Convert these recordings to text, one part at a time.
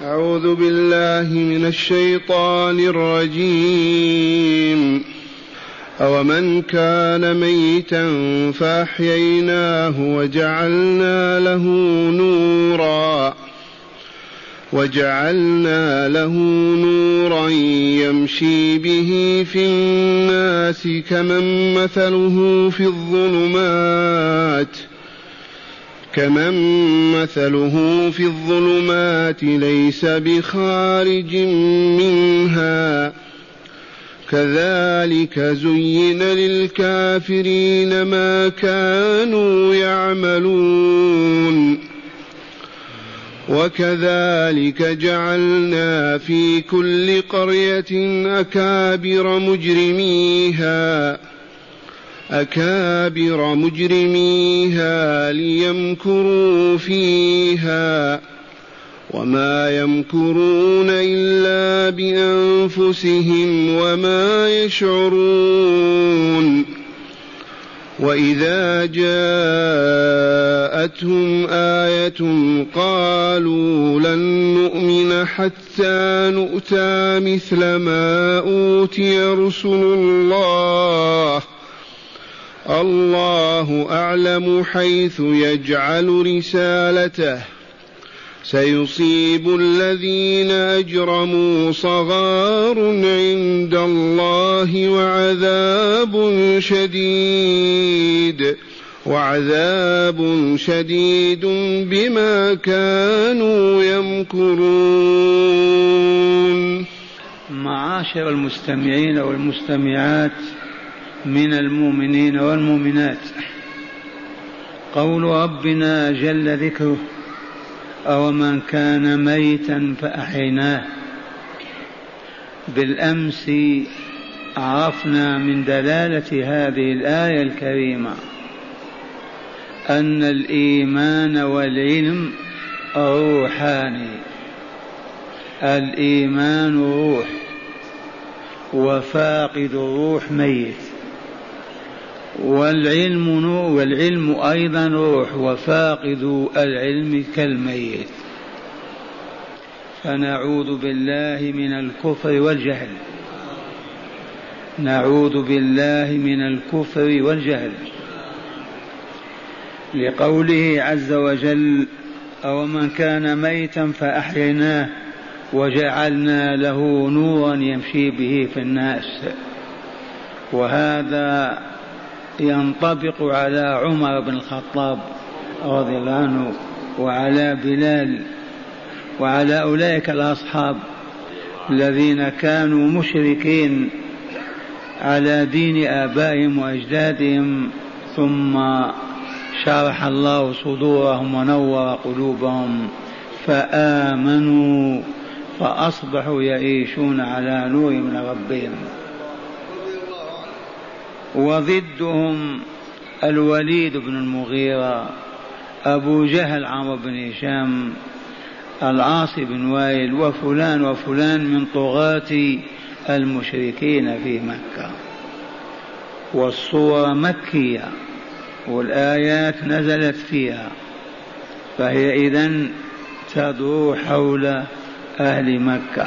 أعوذ بالله من الشيطان الرجيم. أومن كان ميتا فأحييناه وجعلنا له نورا يمشي به في الناس كمن مثله في الظلمات ليس بخارج منها كذلك زين للكافرين ما كانوا يعملون وكذلك جعلنا في كل قرية أكابر مجرميها ليمكروا فيها وما يمكرون إلا بأنفسهم وما يشعرون. وإذا جاءتهم آية قالوا لن نؤمن حتى نؤتى مثل ما أوتي رسل الله أعلم حيث يجعل رسالته سيصيب الذين أجرموا صغار عند الله وعذاب شديد بما كانوا يمكرون. معاشر المستمعين والمستمعات من المؤمنين والمؤمنات، قول ربنا جل ذكره: أومن كان ميتا فأحييناه. بالأمس عرفنا من دلالة هذه الآية الكريمة أن الإيمان والعلم روحان. الإيمان روح، وفاقد الروح ميت، والعلم نور، والعلم أيضا روح، وفاقد العلم كالميت. فنعوذ بالله من الكفر والجهل، نعوذ بالله من الكفر والجهل، لقوله عز وجل: أومن كان ميتا فأحييناه وجعلنا له نورا يمشي به في الناس. وهذا ينطبق على عمر بن الخطاب رضي الله عنه، وعلى بلال، وعلى أولئك الأصحاب الذين كانوا مشركين على دين آبائهم وأجدادهم، ثم شرح الله صدورهم ونور قلوبهم فآمنوا فأصبحوا يعيشون على نور من ربهم. وضدهم الوليد بن المغيرة، أبو جهل، عمرو بن هشام، العاص بن وائل، وفلان وفلان من طغاة المشركين في مكة. والصورة مكية والآيات نزلت فيها، فهي إذن تدور حول أهل مكة.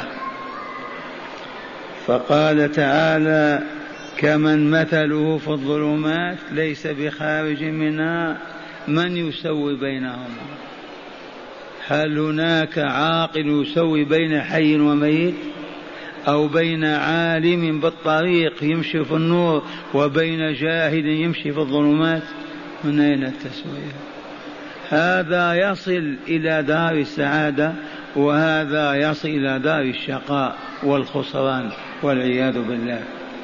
فقال تعالى: كمن مثله في الظلمات ليس بخارج منها من يسوي بينهما. هل هناك عاقل يسوي بين حي وميت؟ أو بين عالم بالطريق يمشي في النور وبين جاهل يمشي في الظلمات؟ من أين التسوية؟ هذا يصل إلى دار السعادة، وهذا يصل إلى دار الشقاء والخسران والعياذ بالله.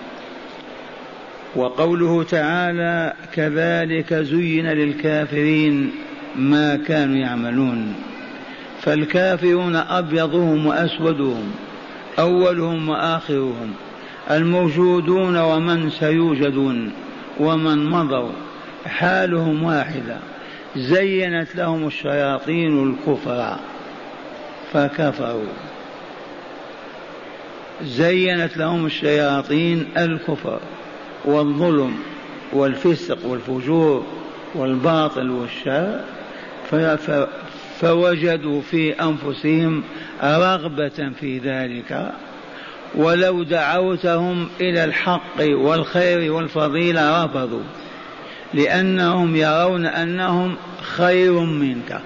وقوله تعالى: كذلك زين للكافرين ما كانوا يعملون. فالكافرون أبيضهم وأسودهم، أولهم وآخرهم، الموجودون ومن سيوجدون ومن مضوا، حالهم واحدة. زينت لهم الشياطين الكفر فكفروا، زينت لهم الشياطين الكفر والظلم والفسق والفجور والباطل والشر، فوجدوا في أنفسهم رغبة في ذلك، ولو دعوتهم إلى الحق والخير والفضيلة رفضوا، لأنهم يرون أنهم خير منك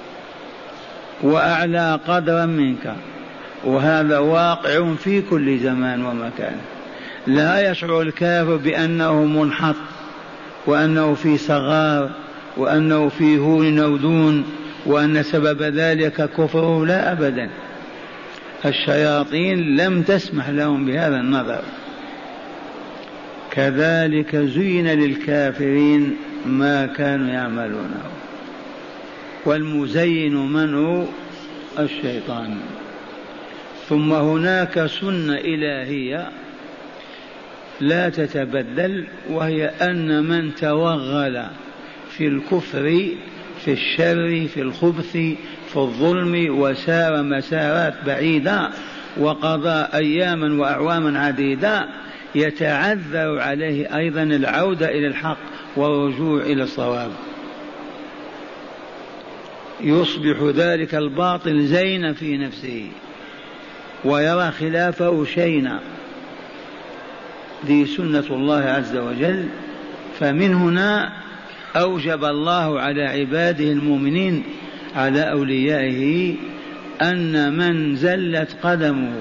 وأعلى قدرا منك، وهذا واقع في كل زمان ومكان. لا يشعر الكافر بأنه منحط وأنه في صغار وأنه في هون أو دون وأن سبب ذلك كفره، لا أبدا. الشياطين لم تسمح لهم بهذا النظر. كذلك زين للكافرين ما كانوا يعملونه، والمزين من هو؟ الشيطان. ثم هناك سنة إلهية لا تتبدل، وهي أن من توغل في الكفر، في الشر، في الخبث، في الظلم، وسار مسارات بعيدة وقضى أياما وأعواما عديدة، يتعذر عليه أيضا العودة إلى الحق والرجوع إلى الصواب. يصبح ذلك الباطل زين في نفسه ويرى خلافه شينا. دي سنة الله عز وجل. فمن هنا أوجب الله على عباده المؤمنين، على أوليائه، أن من زلت قدمه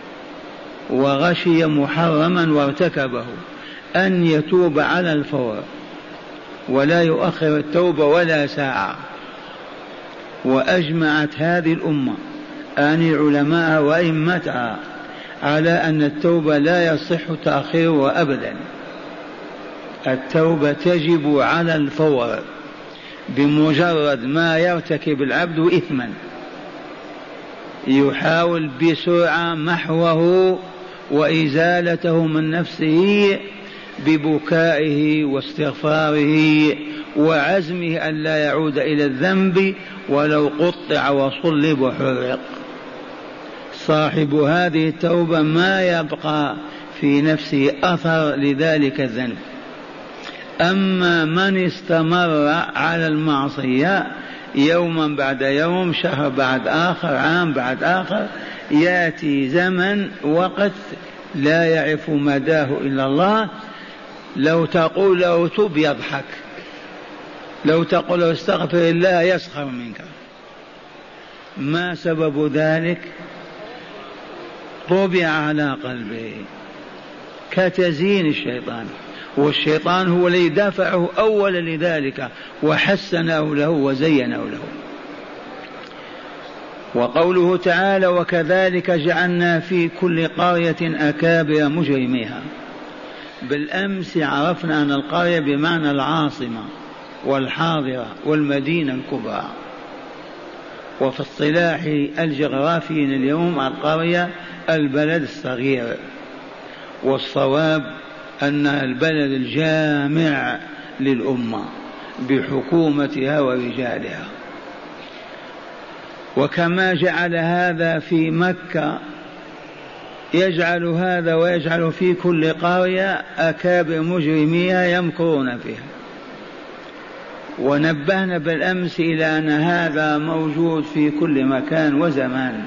وغشي محرما وارتكبه أن يتوب على الفور ولا يؤخر التوبة ولا ساعة. وأجمعت هذه الأمة آن علماءها وأئمتها على أن التوبة لا يصح تأخيرها أبدا. التوبة تجب على الفور بمجرد ما يرتكب العبد إثما، يحاول بسرعة محوه وإزالته من نفسه ببكائه واستغفاره وعزمه أن لا يعود إلى الذنب ولو قطع وصلب وحرق. صاحب هذه التوبة ما يبقى في نفسه أثر لذلك الذنب. أما من استمر على المعصية يوما بعد يوم، شهر بعد آخر، عام بعد آخر، يأتي زمن وقت لا يعرف مداه إلا الله. لو تقول له تب يضحك، لو تقول له استغفر الله يسخر منك. ما سبب ذلك؟ طبع على قلبه كتزيين الشيطان، والشيطان هو الذي دفعه أولا لذلك وحسنه له وزينه له. وقوله تعالى: وكذلك جعلنا في كل قرية أكابر مجرميها. بالأمس عرفنا أن القرية بمعنى العاصمة والحاضرة والمدينة الكبرى، وفي اصطلاح الجغرافيين اليوم القرية البلد الصغير، والصواب أن البلد الجامع للأمة بحكومتها ورجالها. وكما جعل هذا في مكة يجعل هذا ويجعل في كل قرية أكابر مجرميها يمكرون فيها. ونبهنا بالأمس إلى أن هذا موجود في كل مكان وزمان.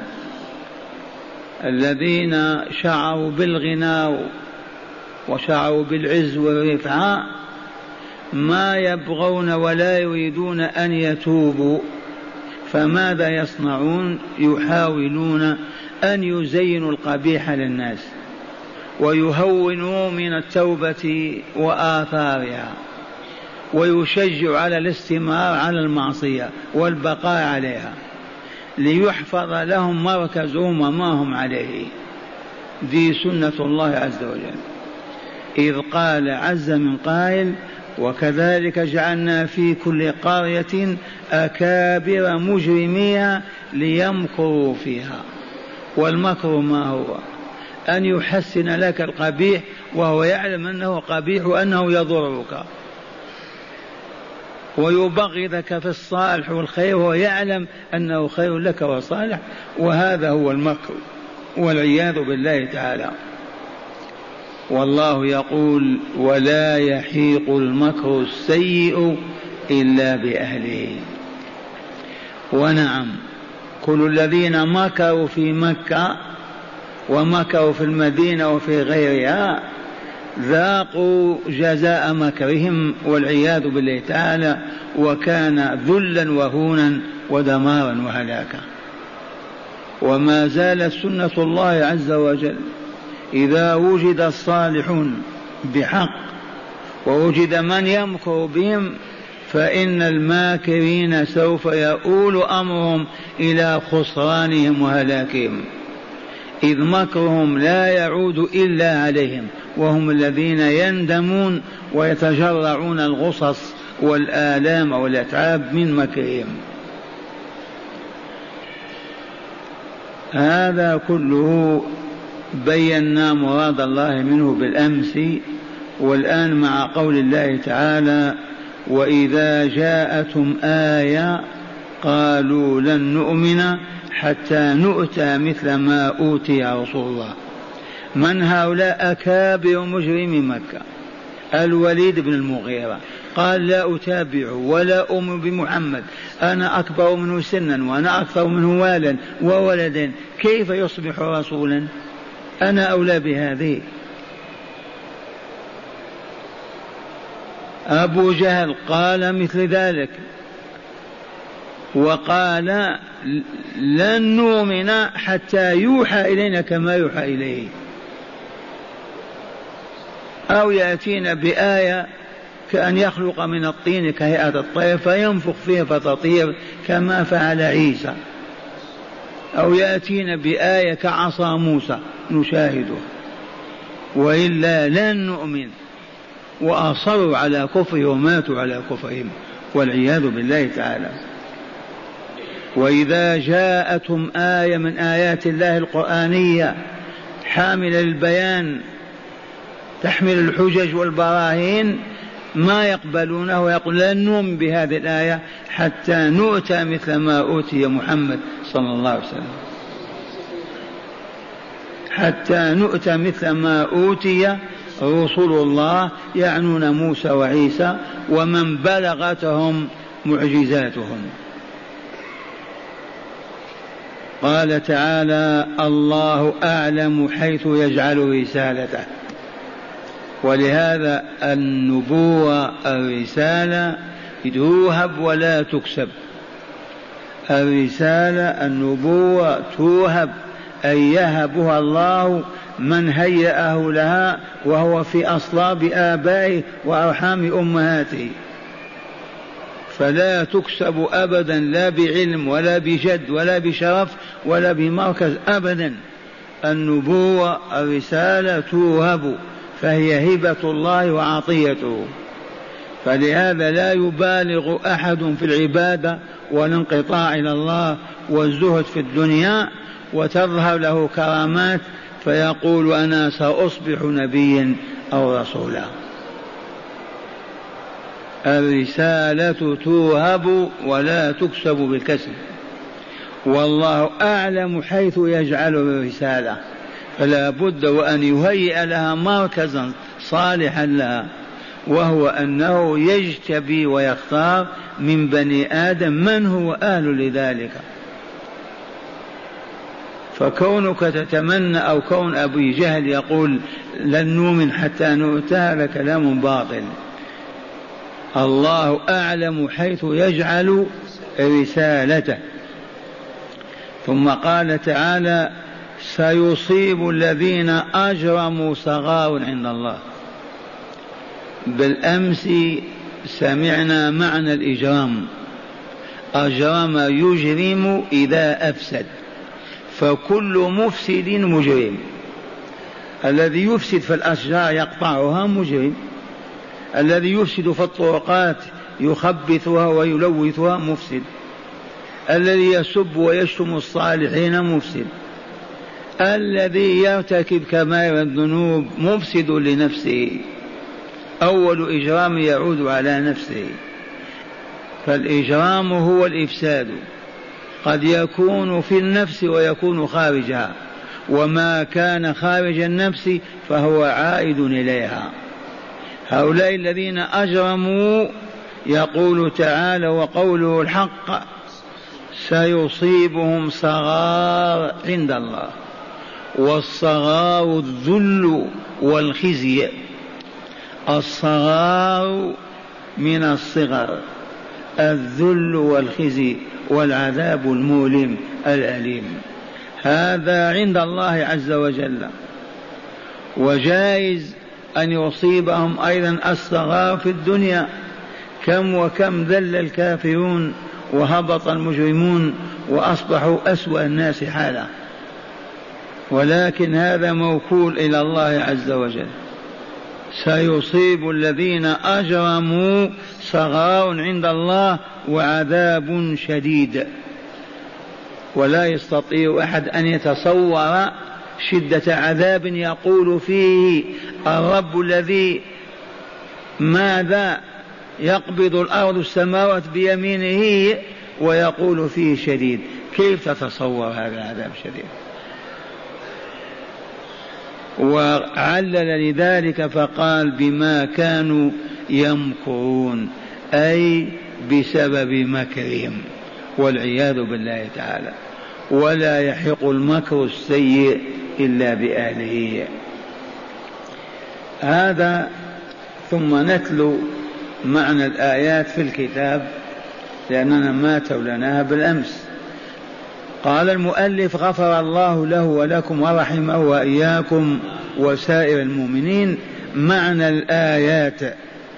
الذين شعروا بالغنى وشعروا بالعز والرفعة ما يبغون ولا يريدون أن يتوبوا، فماذا يصنعون؟ يحاولون أن يزينوا القبيح للناس ويهونوا من التوبة وآثارها، ويشجع على الاستمرار على المعصية والبقاء عليها ليحفظ لهم مركزهم وما هم عليه. دي سنة الله عز وجل. إذ قال عز من قائل: وكذلك جعلنا في كل قرية أكابر مجرميها ليمكروا فيها. والمكر ما هو؟ أن يحسن لك القبيح وهو يعلم أنه قبيح وأنه يضرك، ويبغضك في الصالح والخير وهو يعلم أنه خير لك وصالح، وهذا هو المكر والعياذ بالله تعالى. والله يقول: ولا يحيق المكر السيء إلا بأهله. ونعم كل الذين مكروا في مكة ومكروا في المدينة وفي غيرها ذاقوا جزاء مكرهم والعياذ بالله تعالى، وكان ذلا وهونا ودمارا وهلاكا. وما زالت سنة الله عز وجل إذا وجد الصالحون بحق ووجد من يمكر بهم فإن الماكرين سوف يؤول أمرهم إلى خسرانهم وهلاكهم، إذ مكرهم لا يعود إلا عليهم، وهم الذين يندمون ويتجرعون الغصص والآلام والأتعاب من مكرهم. هذا كله بينا مراد الله منه بالأمس، والآن مع قول الله تعالى: وإذا جاءتهم آية قالوا لن نؤمن حتى نؤتى مثل ما أوتي رسول الله. من هؤلاء؟ أكابر مجرمي مكة. الوليد بن المغيرة قال: لا أتابع ولا أؤمن بمحمد، أنا أكبر منه سنا وأنا أكثر منه والا وولدا، كيف يصبح رسولا؟ أنا أولى بهذه. أبو جهل قال مثل ذلك وقال: لن نؤمن حتى يوحى إلينا كما يوحى إليه، أو يأتينا بآية كأن يخلق من الطين كهيئة الطير فينفخ فيها فتطير كما فعل عيسى، أو يأتينا بآية كعصا موسى نشاهده، وإلا لن نؤمن. وأصروا على كفره وماتوا على كفرهم والعياذ بالله تعالى. وإذا جاءتهم آية من آيات الله القرآنية حاملة للبيان تحمل الحجج والبراهين ما يقبلونه ويقول: لن نؤمن بهذه الآية حتى نؤتى مثل ما أوتي محمد صلى الله عليه وسلم، حتى نؤتى مثل ما أوتي رسول الله، يعنون موسى وعيسى ومن بلغتهم معجزاتهم. قال تعالى: الله أعلم حيث يجعل رسالته. ولهذا النبوة الرسالة توهب ولا تكسب. الرسالة النبوة توهب، أي يهبها الله من هيأه لها وهو في أصلاب آبائه وأرحام أمهاته، فلا تكسب أبدا، لا بعلم ولا بجد ولا بشرف ولا بمركز أبدا. النبوة الرسالة توهب، فهي هبة الله وعطيته. فلهذا لا يبالغ أحد في العبادة والانقطاع إلى الله والزهد في الدنيا وتظهر له كرامات فيقول: أنا سأصبح نبيا أو رسولا. الرسالة توهب ولا تكسب بالكسب. والله أعلم حيث يجعل الرسالة، فلا بد وأن يهيئ لها مركزا صالحا لها، وهو أنه يجتبي ويختار من بني آدم من هو أهل لذلك. فكونك تتمنى أو كون أبي جهل يقول لن نؤمن حتى نؤتى هذا كلام باطل. الله أعلم حيث يجعل رسالته. ثم قال تعالى: سيصيب الذين أجرموا صغار عند الله. بالأمس سمعنا معنى الإجرام. أجرم يجرم إذا أفسد، فكل مفسد مجرم. الذي يفسد في الأشجار يقطعها مجرم، الذي يفسد في الطرقات يخبثها ويلوثها مفسد، الذي يسب ويشتم الصالحين مفسد، الذي يرتكب كبائر الذنوب مفسد لنفسه. أول إجرام يعود على نفسه. فالإجرام هو الإفساد، قد يكون في النفس ويكون خارجها، وما كان خارج النفس فهو عائد إليها. هؤلاء الذين أجرموا يقول تعالى وقوله الحق: سيصيبهم صغار عند الله، والصغار الذل والخزي. الصغار من الصغر، الذل والخزي والعذاب المؤلم الأليم، هذا عند الله عز وجل. وجائز أن يصيبهم أيضا الصغار في الدنيا، كم وكم ذل الكافرون وهبط المجرمون وأصبحوا أسوأ الناس حالا، ولكن هذا موكول إلى الله عز وجل. سيصيب الذين أجرموا صغار عند الله وعذاب شديد، ولا يستطيع أحد أن يتصور شدة عذاب يقول فيه الرب الذي ماذا يقبض الأرض السماوات بيمينه ويقول فيه شديد. كيف تتصور هذا العذاب الشديد؟ وعلل لذلك فقال بما كانوا يمكرون، أي بسبب مكرهم والعياذ بالله تعالى. ولا يحق المكر السيء إلا بأهله. هذا ثم نتلو معنى الآيات في الكتاب لأننا ما تولناها بالأمس. قال المؤلف غفر الله له ولكم ورحمه وإياكم وسائر المؤمنين. معنى الآيات: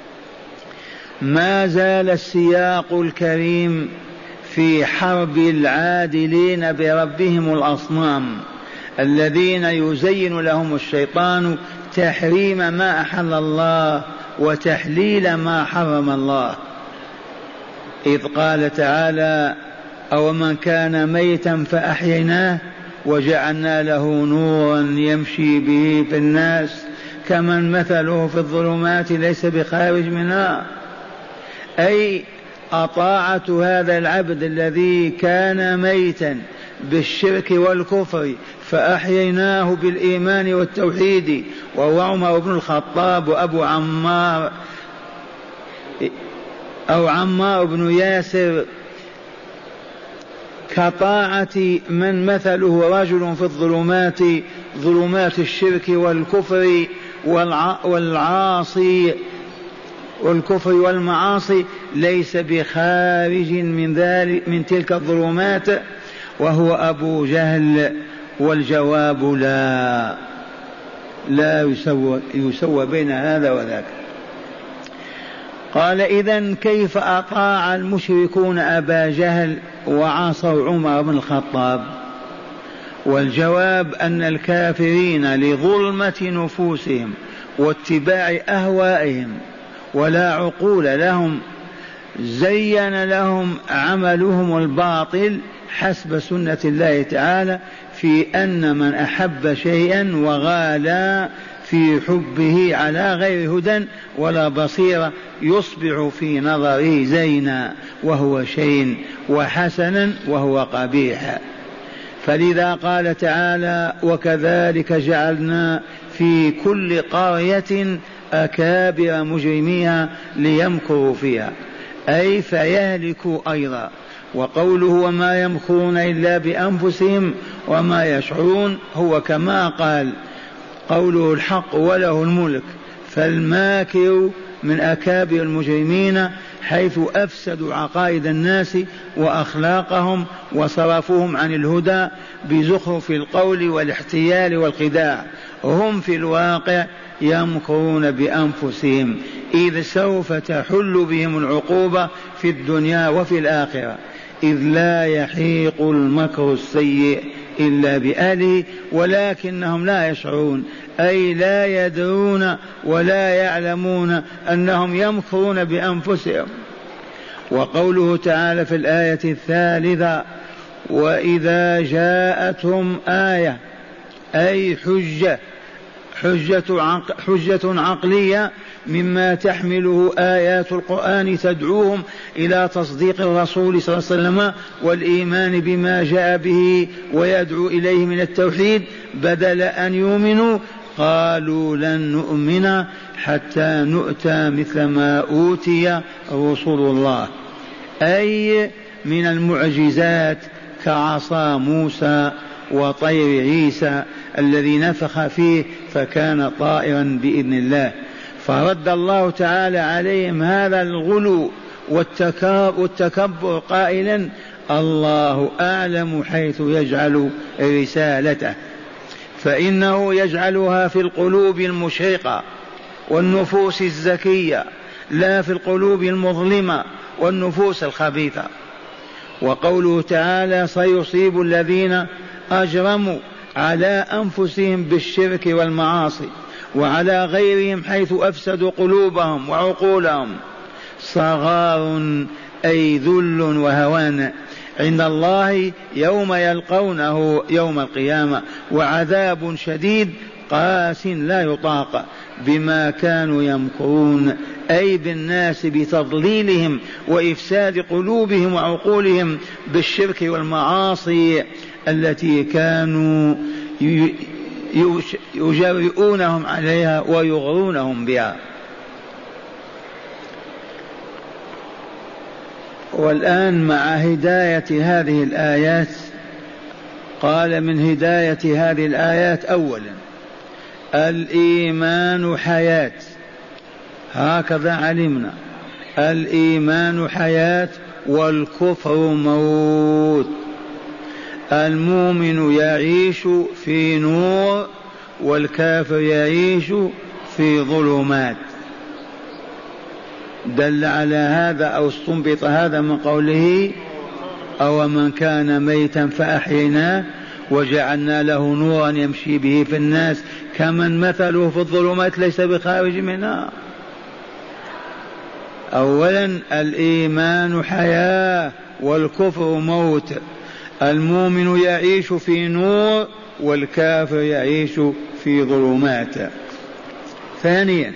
ما زال السياق الكريم في حرب العادلين بربهم الأصنام الذين يزين لهم الشيطان تحريم ما أحل الله وتحليل ما حرم الله، إذ قال تعالى: أو من كان ميتا فأحييناه وجعلنا له نورا يمشي به في الناس كمن مثله في الظلمات ليس بخارج منها. أي أطاعة هذا العبد الذي كان ميتا بالشرك والكفر فأحييناه بالإيمان والتوحيد، وهو عمر بن الخطاب وأبو عمار أو عمار بن ياسر، كطاعة من مثله رجل في الظلمات، ظلمات الشرك والكفر والعاصي والكفر والمعاصي، ليس بخارج من ذلك من تلك الظلمات، وهو أبو جهل. والجواب لا يسوى بين هذا وذاك. قال: إذن كيف أطاع المشركون أبا جهل وعصوا عمر بن الخطاب؟ والجواب أن الكافرين لظلمة نفوسهم واتباع أهوائهم ولا عقول لهم زين لهم عملهم الباطل حسب سنة الله تعالى في أن من أحب شيئا وغالى في حبه على غير هدى ولا بصيرة يصبح في نظره زينا وهو شيء، وحسنا وهو قبيح. فلذا قال تعالى: وكذلك جعلنا في كل قرية أكابر مجرميها ليمكروا فيها، أي فيهلكوا أيضا. وقوله: وما يمكرون إلا بأنفسهم وما يشعرون، هو كما قال قوله الحق وله الملك. فالماكر من أكابر المجرمين حيث أفسدوا عقائد الناس وأخلاقهم وصرفوهم عن الهدى بزخرف القول والاحتيال والخداع. هم في الواقع يمكرون بأنفسهم، إذ سوف تحل بهم العقوبة في الدنيا وفي الآخرة، إذ لا يحيق المكر السيء إلا بأهله، ولكنهم لا يشعرون، أي لا يدرون ولا يعلمون أنهم يمكرون بأنفسهم. وقوله تعالى في الآية الثالثة: وإذا جاءتهم آية، أي حجة عقلية مما تحمله آيات القرآن تدعوهم إلى تصديق الرسول صلى الله عليه وسلم والإيمان بما جاء به ويدعو إليه من التوحيد، بدل أن يؤمنوا قالوا لن نؤمن حتى نؤتى مثل ما أوتي رسول الله، أي من المعجزات كعصا موسى وطير عيسى الذي نفخ فيه فكان طائرا بإذن الله. فرد الله تعالى عليهم هذا الغلو والتكبر قائلا الله أعلم حيث يجعل رسالته، فإنه يجعلها في القلوب المشرقة والنفوس الزكية لا في القلوب المظلمة والنفوس الخبيثة. وقوله تعالى سيصيب الذين أجرموا على أنفسهم بالشرك والمعاصي وعلى غيرهم حيث أفسدوا قلوبهم وعقولهم صغار أي ذل وهوان عند الله يوم يلقونه يوم القيامة، وعذاب شديد قاس لا يطاق بما كانوا يمكرون أي بالناس بتضليلهم وإفساد قلوبهم وعقولهم بالشرك والمعاصي التي كانوا يجرئونهم عليها ويغرونهم بها. والآن مع هداية هذه الآيات قال من هداية هذه الآيات أولا الإيمان حياة، هكذا علمنا الإيمان حياة والكفر موت. المؤمن يعيش في نور والكافر يعيش في ظلمات. دل على هذا أو استنبط هذا من قوله أو من كان ميتا فأحييناه وجعلنا له نورا يمشي به في الناس كمن مثله في الظلمات ليس بخارج منها. أولا الإيمان حياة والكفر موت. المؤمن يعيش في نور والكافر يعيش في ظلمات. ثانيا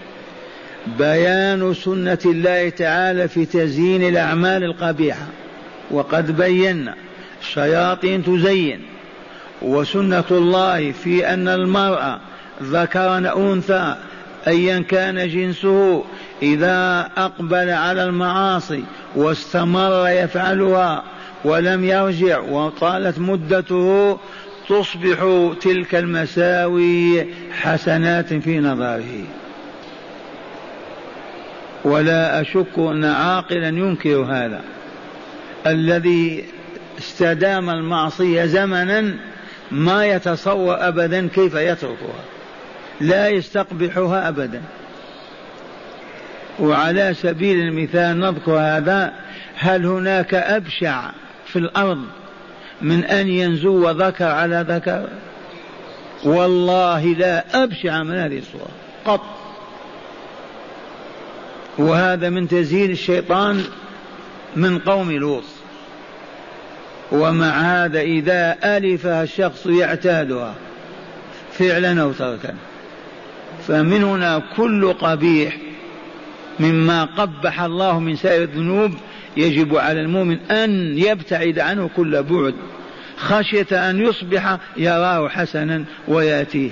بيان سنة الله تعالى في تزيين الأعمال القبيحة، وقد بينا الشياطين تزين، وسنة الله في أن المرأة ذكر أنثى أيا كان جنسه إذا أقبل على المعاصي واستمر يفعلها ولم يرجع وطالت مدته تصبح تلك المساوي حسنات في نظره. ولا أشك أن عاقلا ينكر هذا. الذي استدام المعصية زمنا ما يتصور أبدا كيف يتركها، لا يستقبحها أبدا. وعلى سبيل المثال نذكر هذا، هل هناك أبشع في الأرض من أن ينزو ذكر على ذكر؟ والله لا أبشع من هذه الصورة قط. وهذا من تزيين الشيطان من قوم لوط. ومع هذا إذا ألفها الشخص يعتادها فعلا أو تركا. فمن هنا كل قبيح مما قبح الله من سائر الذنوب يجب على المؤمن أن يبتعد عنه كل بعد خشية أن يصبح يراه حسنا ويأتيه.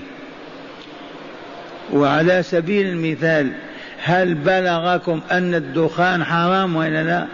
وعلى سبيل المثال، هل بلغكم أن الدخان حرام ولا لا؟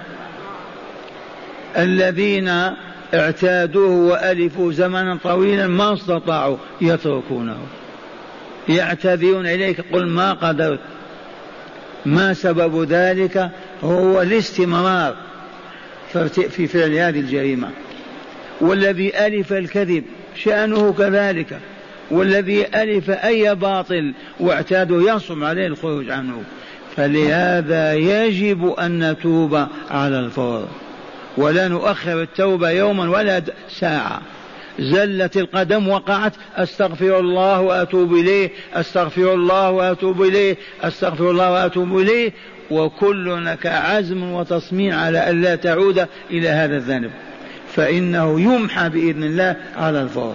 الذين اعتادوه وألفوا زمنا طويلا ما استطاعوا يتركونه، يعتذرون إليك قل ما قدرت. ما سبب ذلك؟ هو الاستمرار في فعل هذه الجريمة. والذي ألف الكذب شأنه كذلك، والذي ألف أي باطل واعتادوا يصعب عليه الخروج عنه. فلهذا يجب أن نتوب على الفور، ولا نؤخر التوبة يوما ولا ساعة. زلت القدم وقعت، أستغفر الله وأتوب إليه، أستغفر الله وأتوب إليه، أستغفر الله وأتوب إليه، وكلنا كعزم وتصميم على ألا تعود إلى هذا الذنب، فإنه يمحى بإذن الله على الفور.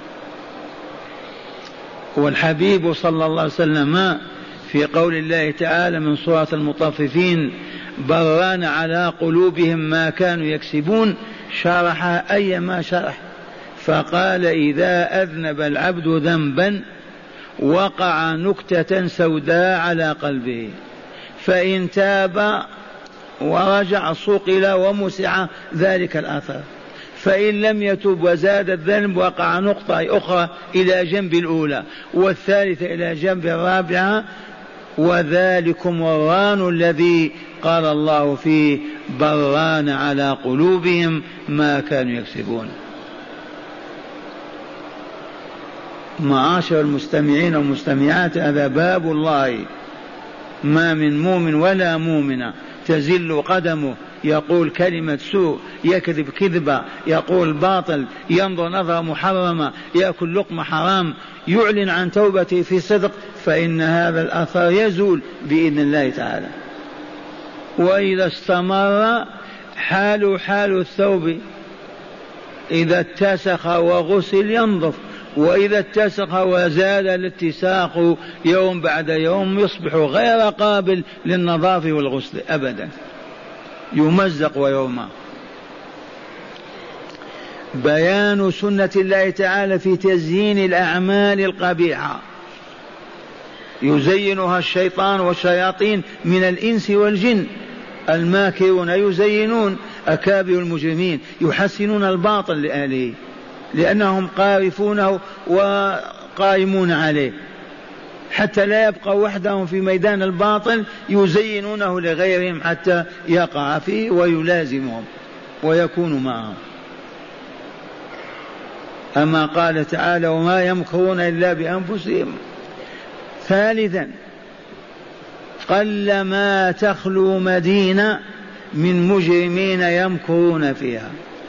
والحبيب صلى الله عليه وسلم في قول الله تعالى من سورة المطففين بران على قلوبهم ما كانوا يكسبون شرح أي ما شرح، فقال إذا أذنب العبد ذنبا وقع نكتة سوداء على قلبه فإن تاب ورجع صقل ومسع ذلك الأثر. فإن لم يتب وزاد الذنب وقع نقطة أخرى إلى جنب الأولى والثالثة إلى جنب الرابعة. وذلكم الران الذي قال الله فيه بران على قلوبهم ما كانوا يكسبون. معاشر المستمعين والمستمعات، هذا باب الله. ما من مؤمن ولا مؤمنة تزل قدمه، يقول كلمة سوء، يكذب كذبة، يقول باطل، ينظر نظرة محرمة، يأكل لقمة حرام، يعلن عن توبته في صدق، فإن هذا الأثر يزول بإذن الله تعالى. وإذا استمر حال الثوب، إذا اتسخ وغسل ينظف، وإذا اتسخ وزاد الاتساق يوم بعد يوم يصبح غير قابل للنظافة والغسل أبدا، يمزق ويرمى. بيان سنة الله تعالى في تزيين الأعمال القبيحة، يزينها الشيطان والشياطين من الإنس والجن. الماكرون يزينون، أكابر المجرمين يحسنون الباطل لأهله لأنهم قارفونه وقائمون عليه، حتى لا يبقى وحدهم في ميدان الباطل، يزينونه لغيرهم حتى يقع فيه ويلازمهم ويكون معهم. أما قال تعالى وما يمكرون إلا بأنفسهم. ثالثا قلما تخلو مدينة من مجرمين يمكرون فيها،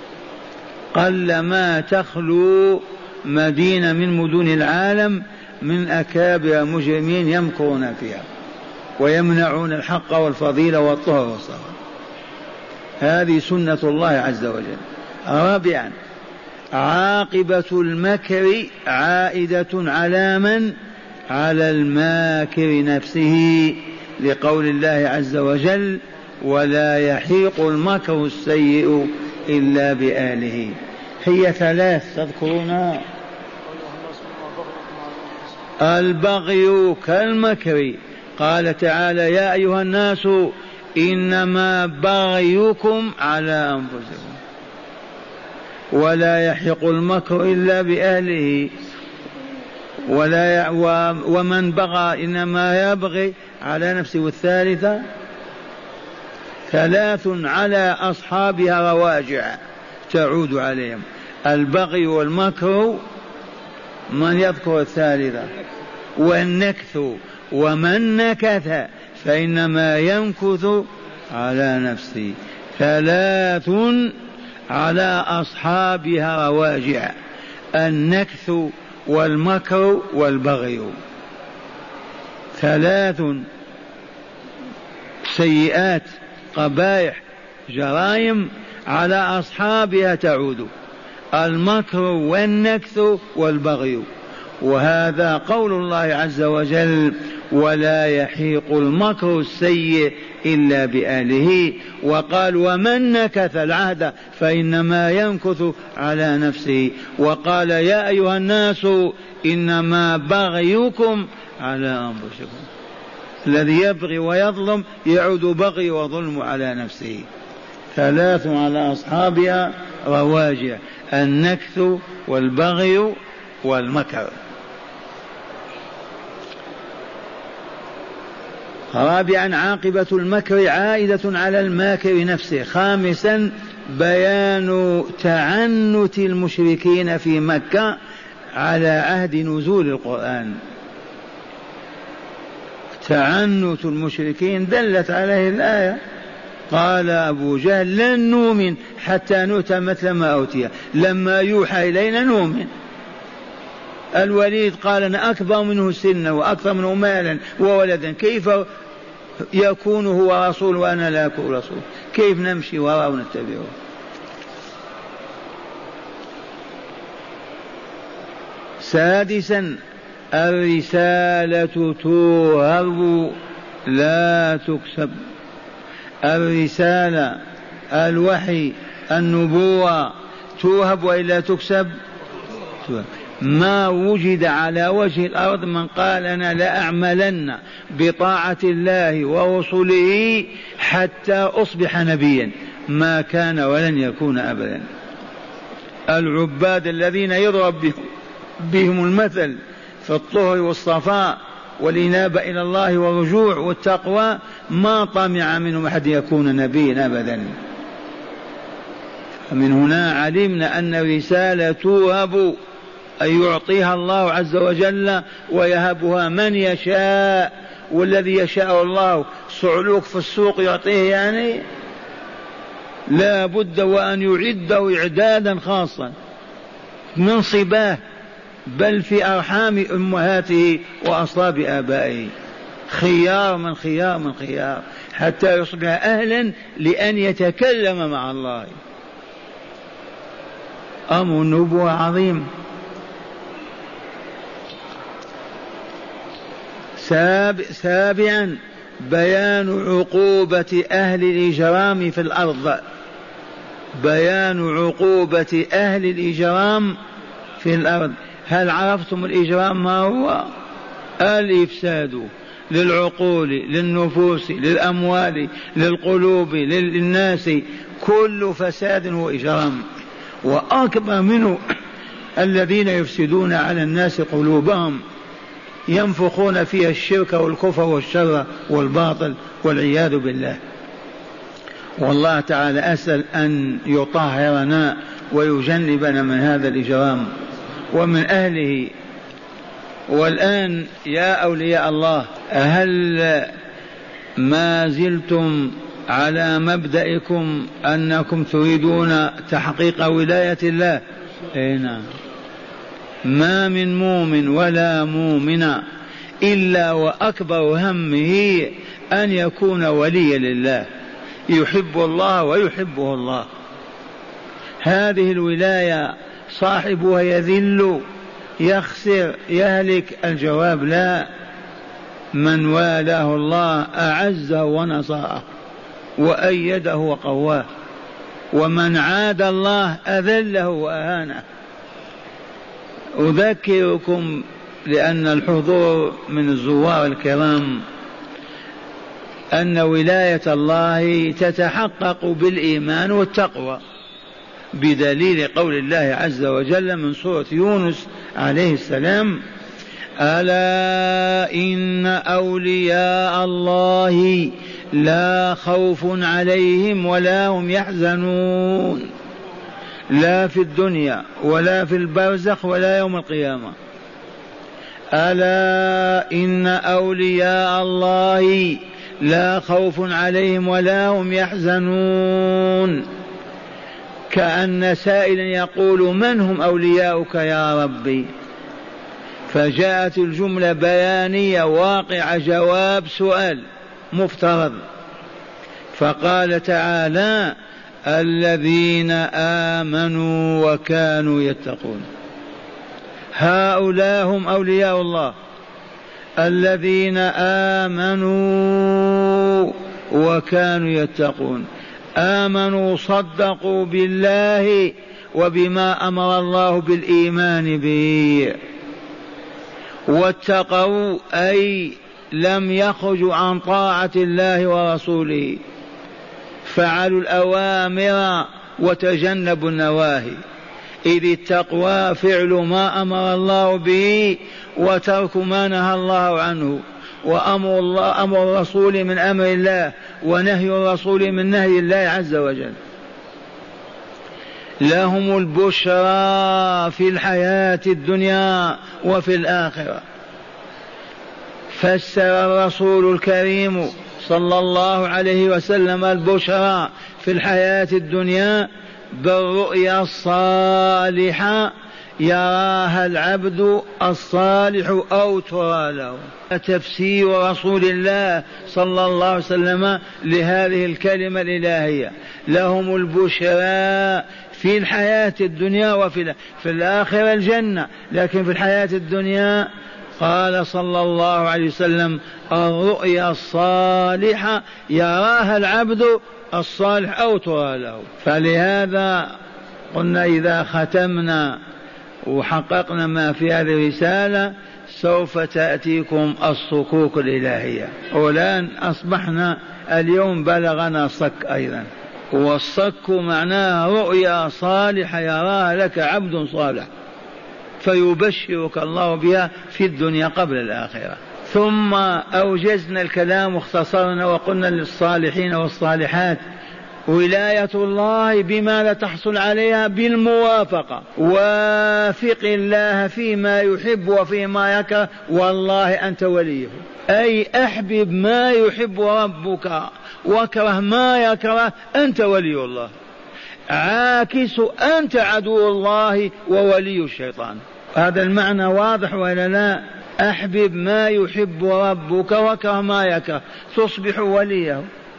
قلما تخلو مدينة من مدن العالم من أكابر مجرمين يمكرون فيها ويمنعون الحق والفضيلة والطهر والصلاة. هذه سنة الله عز وجل. رابعا عاقبة المكر عائدة على من؟ على الماكر نفسه، لقول الله عز وجل ولا يحيق المكر السيء إلا بآله. هي ثلاث تذكرونها: البغي كالمكر، قال تعالى يا أيها الناس إنما بغيكم على أنفسكم، ولا يحيق المكر إلا بأهله، ومن بغى إنما يبغي على نفسه. والثالثة ثلاث على أصحابها رواجع تعود عليهم: البغي والمكر، من يذكر الثالثة؟ والنكث، ومن نكث فإنما ينكث على نفسه. ثلاث على أصحابها رواجع: النكث والمكر والبغي. ثلاث سيئات، قبائح، جرائم على أصحابها تعود: المكر والنكث والبغي. وهذا قول الله عز وجل ولا يحيق المكر السيء إلا بأهله. وقال ومن نكث العهد فإنما ينكث على نفسه. وقال يا أيها الناس إنما بغيكم على أنفسكم. الذي يبغي ويظلم يعود بغي وظلم على نفسه. ثلاث على أصحابها رواجع: النكث والبغي والمكر. رابعا عاقبة المكر عائدة على الماكر نفسه. خامسا بيان تعنت المشركين في مكة على عهد نزول القرآن. تعنت المشركين دلت عليه الآية. قال أبو جهل لن نؤمن حتى نؤتى مثل ما أوتي، لما يوحى إلينا نؤمن. الوليد قال أنا أكبر منه سنا وأكثر منه مالا وولدا، كيف يكون هو رسول وأنا لا أكون رسول؟ كيف نمشي وراء ونتبعه؟ سادسا الرسالة توهب لا تكسب. الرسالة، الوحي، النبوة توهب وإلا تكسب؟ توهب. ما وجد على وجه الأرض من قال أنا لأعملن بطاعة الله ورسله حتى أصبح نبيا، ما كان ولن يكون أبدا. العباد الذين يضرب بهم المثل في الطهر والصفاء والإنابة إلى الله والرجوع والتقوى ما طمع منهم أحد يكون نبيا أبدا. فمن هنا علمنا أن الرسالة توهب، أن يعطيها الله عز وجل ويهبها من يشاء، والذي يشاء الله صعلوك في السوق يعطيه، يعني لا بد وأن يعده إعدادا خاصا من صباه، بل في أرحام أمهاته وأصلاب آبائه، خيار من خيار من خيار، حتى يصبح أهلا لأن يتكلم مع الله. أمر النبوة عظيم. سابعا بيان عقوبة أهل الإجرام في الأرض. بيان عقوبة أهل الإجرام في الأرض. هل عرفتم الإجرام ما هو؟ الإفساد للعقول، للنفوس، للأموال، للقلوب، للناس، كل فساد هو إجرام. وأكبر منه الذين يفسدون على الناس قلوبهم، ينفخون فيها الشرك والكفر والشر والباطل والعياذ بالله. والله تعالى أسأل أن يطهرنا ويجنبنا من هذا الإجرام ومن أهله. والآن يا أولياء الله، هل ما زلتم على مبدئكم أنكم تريدون تحقيق ولاية الله؟ نعم. ما من مؤمن ولا مؤمن إلا وأكبر همه أن يكون وليا لله، يحب الله ويحبه الله. هذه الولاية صاحبها يذل، يخسر، يهلك؟ الجواب لا. من والاه الله أعزه ونصره وأيده وقواه، ومن عاد الله أذله وأهانه. أذكركم لأن الحضور من الزوار الكرام أن ولاية الله تتحقق بالإيمان والتقوى، بدليل قول الله عز وجل من سورة يونس عليه السلام: ألا إن أولياء الله لا خوف عليهم ولا هم يحزنون، لا في الدنيا ولا في البرزخ ولا يوم القيامة. ألا إن أولياء الله لا خوف عليهم ولا هم يحزنون. كأن سائلا يقول: من هم أولياؤك يا ربي؟ فجاءت الجملة بيانية واقعة، جواب سؤال مفترض. فقال تعالى: الذين آمنوا وكانوا يتقون. هؤلاء هم أولياء الله، الذين آمنوا وكانوا يتقون. آمنوا، صدقوا بالله وبما أمر الله بالإيمان به، واتقوا أي لم يخرجوا عن طاعة الله ورسوله، فعلوا الأوامر وتجنبوا النواهي. إذ التقوى فعل ما أمر الله به وترك ما نهى الله عنه، وأمر الله أمر الرسول من أمر الله، ونهي الرسول من نهي الله عز وجل. لهم البشرى في الحياة الدنيا وفي الآخرة. فسر الرسول الكريم صلى الله عليه وسلم البشرى في الحياة الدنيا بالرؤيا الصالحة يراها العبد الصالح أو ترى له. تفسير رسول الله صلى الله عليه وسلم لهذه الكلمة الإلهية: لهم البشرى في الحياة الدنيا وفي الآخرة الجنة. لكن في الحياة الدنيا قال صلى الله عليه وسلم: الرؤيا الصالحة يراها العبد الصالح أو ترى له. فلهذا قلنا إذا ختمنا وحققنا ما في هذه الرسالة سوف تأتيكم الصكوك الإلهية. والآن أصبحنا اليوم بلغنا صك أيضا، والصك معناها رؤيا صالحة يراها لك عبد صالح فيبشرك الله بها في الدنيا قبل الآخرة. ثم أوجزنا الكلام واختصرنا وقلنا للصالحين والصالحات ولاية الله بما لا تحصل عليها بالموافقة، وافق الله فيما يحب وفيما يكره والله أنت وليه، أي أحبب ما يحب ربك واكره ما يكره أنت ولي الله، عاكس أنت عدو الله وولي الشيطان. هذا المعنى واضح ولا لا؟ أحبب ما يحب ربك واكره ما يكره تصبح وليه،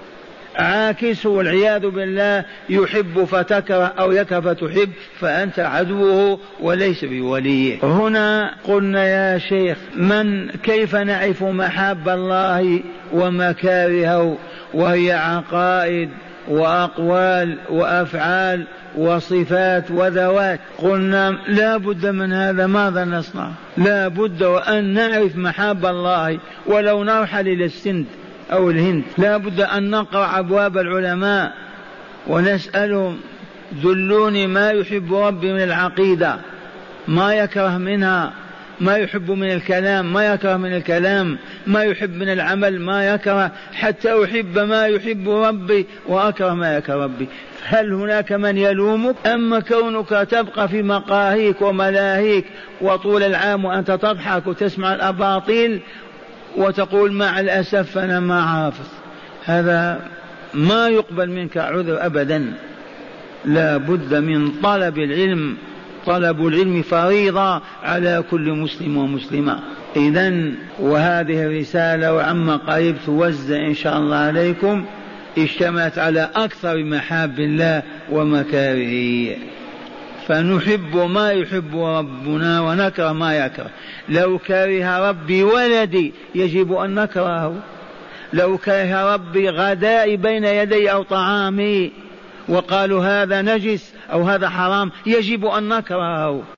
عاكس والعياذ بالله يحب فتكره أو يكره فتحب فأنت عدوه وليس بوليه. هنا قلنا يا شيخ كيف نعرف محاب الله ومكارهه وهي عقائد وأقوال وأفعال وصفات وذوات؟ قلنا لا بد من هذا. ماذا نصنع؟ لا بد وأن نعرف محاب الله ولو نرحل إلى السند أو الهند، لا بد أن نقرأ أبواب العلماء ونسألهم دلوني ما يحب ربي من العقيدة، ما يكره منها، ما يحب من الكلام، ما يكره من الكلام، ما يحب من العمل، ما يكره، حتى أحب ما يحب ربي وأكره ما يكره ربي. هل هناك من يلومك؟ أما كونك تبقى في مقاهيك وملاهيك وطول العام وأنت تضحك وتسمع الأباطيل وتقول مع الأسف أنا ما حافظ، هذا ما يقبل منك عذر أبدا. لا بد من طلب العلم، طلب العلم فريضة على كل مسلم ومسلمة. إذن وهذه الرسالة وعما قريب توزع إن شاء الله عليكم، اشتملت على أكثر محاب الله ومكارهه، فنحب ما يحب ربنا ونكره ما يكره. لو كره ربي ولدي يجب أن نكرهه، لو كره ربي غدائي بين يدي أو طعامي وقالوا هذا نجس أو هذا حرام يجب أن نكرهه.